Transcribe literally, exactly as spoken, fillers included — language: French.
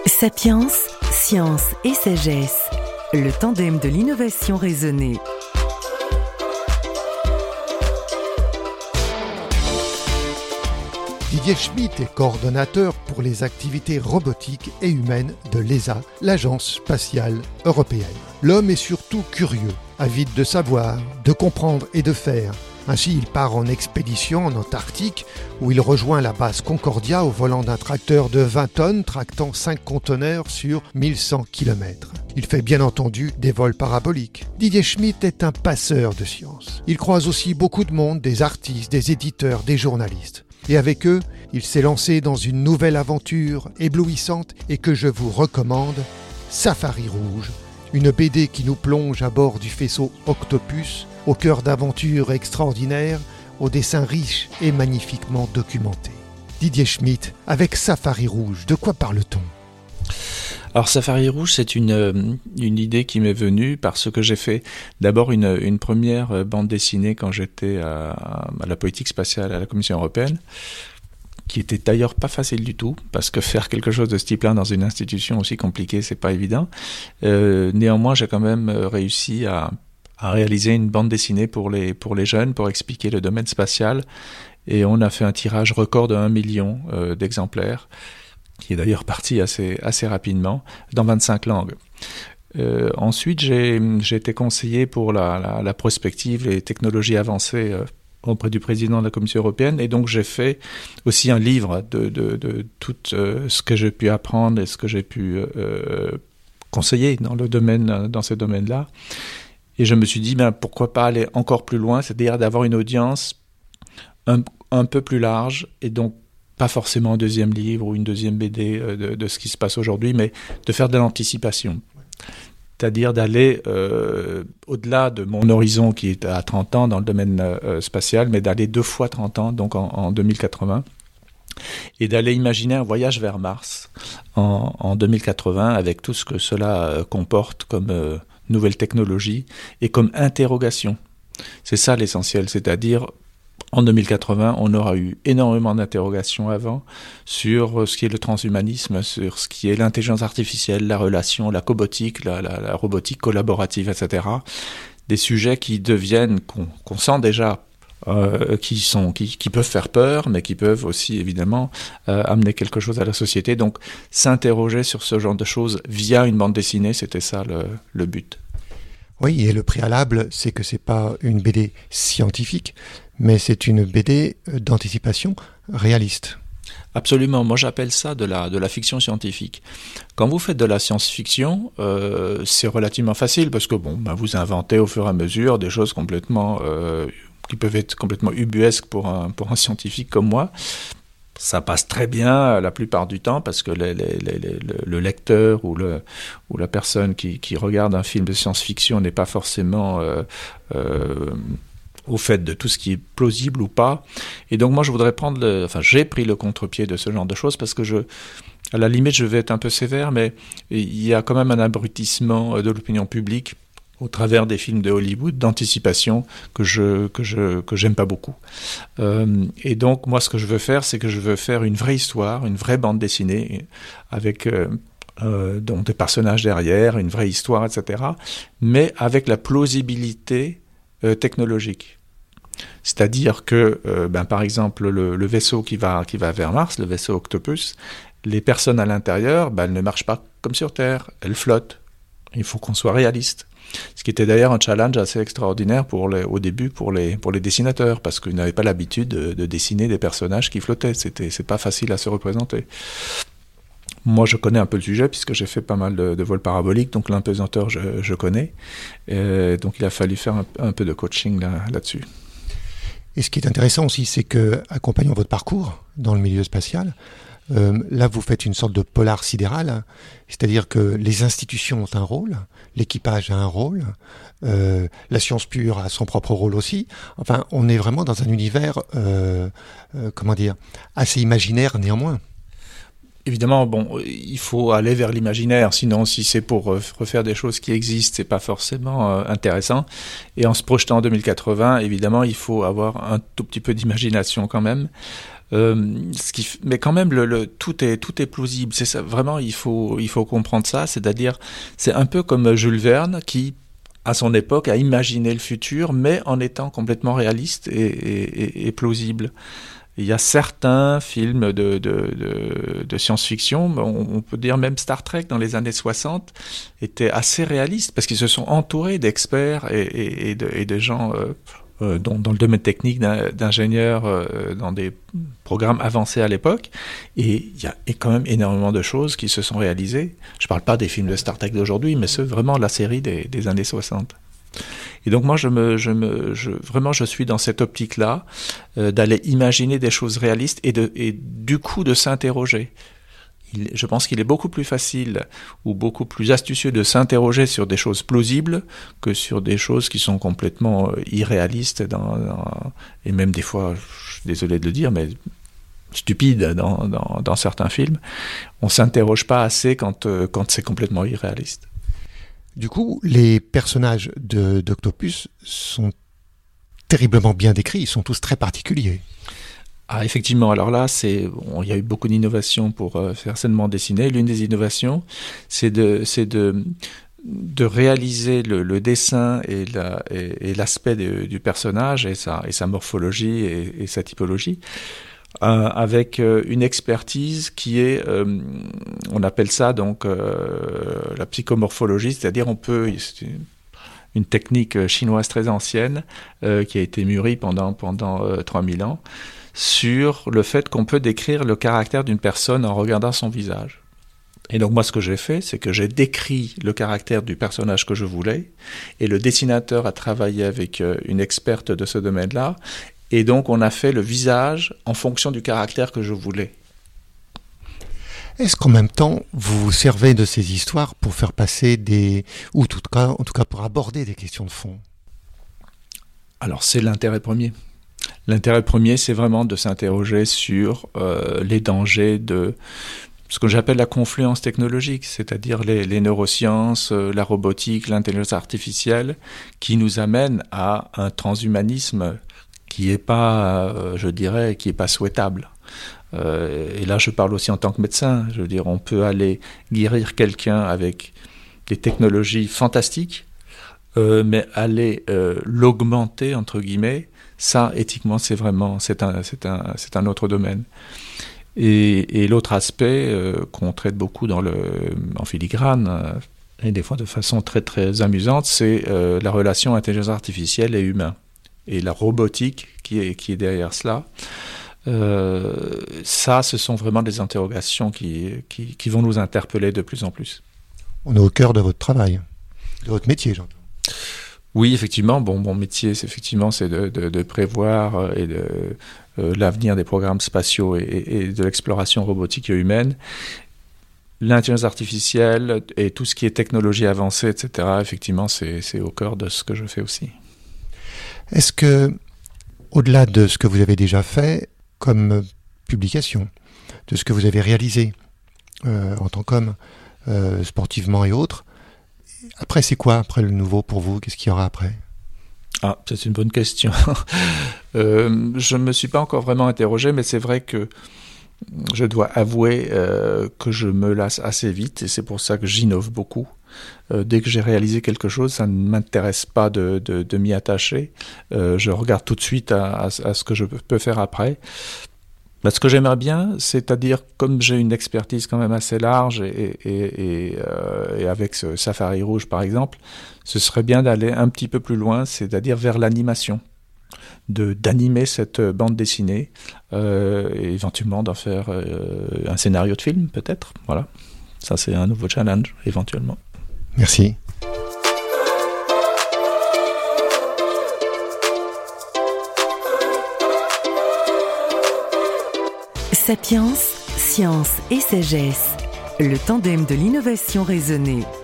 Sapiens, science et sagesse, le tandem de l'innovation raisonnée. Didier Schmitt est coordonnateur pour les activités robotiques et humaines de l'E S A, l'Agence spatiale européenne. L'homme est surtout curieux, avide de savoir, de comprendre et de faire. Ainsi, il part en expédition en Antarctique, où il rejoint la base Concordia au volant d'un tracteur de vingt tonnes tractant cinq conteneurs sur mille cent kilomètres. Il fait bien entendu des vols paraboliques. Didier Schmitt est un passeur de science. Il croise aussi beaucoup de monde, des artistes, des éditeurs, des journalistes. Et avec eux, il s'est lancé dans une nouvelle aventure éblouissante et que je vous recommande, Safari Rouge, une B D qui nous plonge à bord du faisceau Octopus, au cœur d'aventures extraordinaires, aux dessins riches et magnifiquement documentés. Didier Schmitt, avec Safari Rouge, de quoi parle-t-on ? Alors Safari Rouge, c'est une, une idée qui m'est venue parce que j'ai fait d'abord une, une première bande dessinée quand j'étais à, à la politique spatiale à la Commission européenne, qui était d'ailleurs pas facile du tout, parce que faire quelque chose de ce type-là dans une institution aussi compliquée, c'est pas évident. Euh, néanmoins, j'ai quand même réussi à, à réaliser une bande dessinée pour les, pour les jeunes, pour expliquer le domaine spatial, et on a fait un tirage record de un million euh, d'exemplaires, qui est d'ailleurs parti assez, assez rapidement, dans vingt-cinq langues. Euh, ensuite, j'ai, j'ai été conseiller pour la, la, la prospective, les technologies avancées euh, auprès du président de la Commission européenne, et donc j'ai fait aussi un livre de, de, de tout euh, ce que j'ai pu apprendre et ce que j'ai pu euh, conseiller dans, le domaine, dans ces domaines-là. Et je me suis dit, ben, pourquoi pas aller encore plus loin, c'est-à-dire d'avoir une audience un, un peu plus large, et donc pas forcément un deuxième livre ou une deuxième B D de, de ce qui se passe aujourd'hui, mais de faire de l'anticipation. C'est-à-dire d'aller euh, au-delà de mon horizon qui est à trente ans dans le domaine euh, spatial, mais d'aller deux fois trente ans, donc en, en deux mille quatre-vingts, et d'aller imaginer un voyage vers Mars en, en deux mille quatre-vingts avec tout ce que cela euh, comporte comme euh, nouvelle technologie et comme interrogation. C'est ça l'essentiel, c'est-à-dire en deux mille quatre-vingts, on aura eu énormément d'interrogations avant sur ce qui est le transhumanisme, sur ce qui est l'intelligence artificielle, la relation, la cobotique, la, la, la robotique collaborative, et cetera. Des sujets qui deviennent, qu'on, qu'on sent déjà, euh, qui, sont, qui, qui peuvent faire peur, mais qui peuvent aussi évidemment euh, amener quelque chose à la société. Donc s'interroger sur ce genre de choses via une bande dessinée, c'était ça le, le but. Oui, et le préalable, c'est que c'est pas une B D scientifique, mais c'est une B D d'anticipation réaliste. Absolument, moi j'appelle ça de la, de la fiction scientifique. Quand vous faites de la science-fiction, euh, c'est relativement facile parce que bon, ben vous inventez au fur et à mesure des choses complètement, euh, qui peuvent être complètement ubuesques pour un, pour un scientifique comme moi. Ça passe très bien la plupart du temps parce que les, les, les, les, le lecteur ou, le, ou la personne qui, qui regarde un film de science-fiction n'est pas forcément euh, euh, au fait de tout ce qui est plausible ou pas. Et donc moi je voudrais prendre le, enfin j'ai pris le contre-pied de ce genre de choses parce que je, à la limite je vais être un peu sévère, mais il y a quand même un abrutissement de l'opinion publique au travers des films de Hollywood, d'anticipation, que je que je que j'aime pas beaucoup. Euh, et donc moi, ce que je veux faire, c'est que je veux faire une vraie histoire, une vraie bande dessinée avec euh, euh, donc des personnages derrière, une vraie histoire, et cetera. Mais avec la plausibilité euh, technologique. C'est-à-dire que, euh, ben par exemple, le, le vaisseau qui va qui va vers Mars, le vaisseau Octopus, les personnes à l'intérieur, ben elles ne marchent pas comme sur Terre, elles flottent. Il faut qu'on soit réaliste. Ce qui était d'ailleurs un challenge assez extraordinaire pour les, au début pour les, pour les dessinateurs, parce qu'ils n'avaient pas l'habitude de, de dessiner des personnages qui flottaient. C'était, c'est pas facile à se représenter. Moi, je connais un peu le sujet, puisque j'ai fait pas mal de, de vols paraboliques, donc l'impesanteur, je, je connais. Et donc, il a fallu faire un, un peu de coaching là, là-dessus. Et ce qui est intéressant aussi, c'est que, accompagnant votre parcours dans le milieu spatial, Euh, là, vous faites une sorte de polar sidéral, hein, c'est-à-dire que les institutions ont un rôle, l'équipage a un rôle, euh, la science pure a son propre rôle aussi. Enfin, on est vraiment dans un univers, euh, euh, comment dire, assez imaginaire néanmoins. Évidemment, bon, il faut aller vers l'imaginaire, sinon si c'est pour refaire des choses qui existent, c'est pas forcément euh, intéressant. Et en se projetant en deux mille quatre-vingts, évidemment, il faut avoir un tout petit peu d'imagination quand même. Euh, ce qui, mais quand même, le, le, tout est tout est plausible. C'est ça, vraiment, il faut il faut comprendre ça. C'est-à-dire, c'est un peu comme Jules Verne qui, à son époque, a imaginé le futur, mais en étant complètement réaliste et, et, et, et plausible. Il y a certains films de, de, de, de science-fiction, on, on peut dire même Star Trek dans les années soixante, étaient assez réalistes parce qu'ils se sont entourés d'experts et, et, et, de, et de gens euh, euh, dans, dans le domaine technique, d'ingénieurs, euh, dans des programmes avancés à l'époque. Et il y a quand même énormément de choses qui se sont réalisées. Je ne parle pas des films de Star Trek d'aujourd'hui, mais ceux vraiment de la série des, des années soixante. Et donc moi, je me, je me, je, vraiment, je suis dans cette optique-là, euh, d'aller imaginer des choses réalistes et, de, et du coup de s'interroger. Il, je pense qu'il est beaucoup plus facile ou beaucoup plus astucieux de s'interroger sur des choses plausibles que sur des choses qui sont complètement euh, irréalistes dans, dans, et même des fois, je suis désolé de le dire, mais stupides dans, dans, dans certains films. On s'interroge pas assez quand, euh, quand c'est complètement irréaliste. Du coup, les personnages de, d'Octopus sont terriblement bien décrits, ils sont tous très particuliers. Ah, effectivement, alors là, c'est, bon, il y a eu beaucoup d'innovations pour euh, faire cette bande dessinée. L'une des innovations, c'est de, c'est de, de réaliser le, le dessin et, la, et, et l'aspect de, du personnage et sa, et sa morphologie et, et sa typologie. Euh, avec euh, une expertise qui est, euh, on appelle ça donc euh, la psychomorphologie, c'est-à-dire on peut, c'est une, une technique chinoise très ancienne euh, qui a été mûrie pendant pendant euh, trois mille ans sur le fait qu'on peut décrire le caractère d'une personne en regardant son visage. Et donc moi ce que j'ai fait, c'est que j'ai décrit le caractère du personnage que je voulais, et le dessinateur a travaillé avec euh, une experte de ce domaine-là. Et donc, on a fait le visage en fonction du caractère que je voulais. Est-ce qu'en même temps, vous vous servez de ces histoires pour faire passer des... ou en tout cas, en tout cas pour aborder des questions de fond ? Alors, c'est l'intérêt premier. L'intérêt premier, c'est vraiment de s'interroger sur euh, les dangers de ce que j'appelle la confluence technologique, c'est-à-dire les, les neurosciences, euh, la robotique, l'intelligence artificielle, qui nous amènent à un transhumanisme qui est pas, euh, je dirais, qui est pas souhaitable. Euh, et là, je parle aussi en tant que médecin. Je veux dire, on peut aller guérir quelqu'un avec des technologies fantastiques, euh, mais aller euh, l'augmenter entre guillemets, ça, éthiquement, c'est vraiment, c'est un, c'est un, c'est un autre domaine. Et, et l'autre aspect euh, qu'on traite beaucoup dans le, en filigrane, euh, et des fois de façon très très amusante, c'est euh, la relation intelligence artificielle et humain. Et la robotique qui est, qui est derrière cela, euh, ça, ce sont vraiment des interrogations qui, qui, qui vont nous interpeller de plus en plus. On est au cœur de votre travail, de votre métier, j'entends. Oui, effectivement. Bon, mon métier, c'est effectivement, c'est de, de, de prévoir et de, euh, l'avenir des programmes spatiaux et, et de l'exploration robotique et humaine. L'intelligence artificielle et tout ce qui est technologie avancée, et cetera, effectivement, c'est, c'est au cœur de ce que je fais aussi. Est-ce que, au-delà de ce que vous avez déjà fait comme publication, de ce que vous avez réalisé euh, en tant qu'homme, euh, sportivement et autres, après c'est quoi, après le nouveau pour vous ? Qu'est-ce qu'il y aura après ? Ah, c'est une bonne question. euh, je ne me suis pas encore vraiment interrogé, mais c'est vrai que je dois avouer euh, que je me lasse assez vite, et c'est pour ça que j'innove beaucoup. Euh, dès que j'ai réalisé quelque chose, ça ne m'intéresse pas de, de, de m'y attacher. Euh, je regarde tout de suite à, à, à ce que je peux faire après. Bah, ce que j'aimerais bien, c'est-à-dire, comme j'ai une expertise quand même assez large, et, et, et, euh, et avec ce Safari Rouge par exemple, ce serait bien d'aller un petit peu plus loin, c'est-à-dire vers l'animation. De, d'animer cette bande dessinée, euh, et éventuellement d'en faire euh, un scénario de film, peut-être. Voilà. Ça, c'est un nouveau challenge, éventuellement. Merci. Sapiens, science et sagesse. Le tandem de l'innovation raisonnée.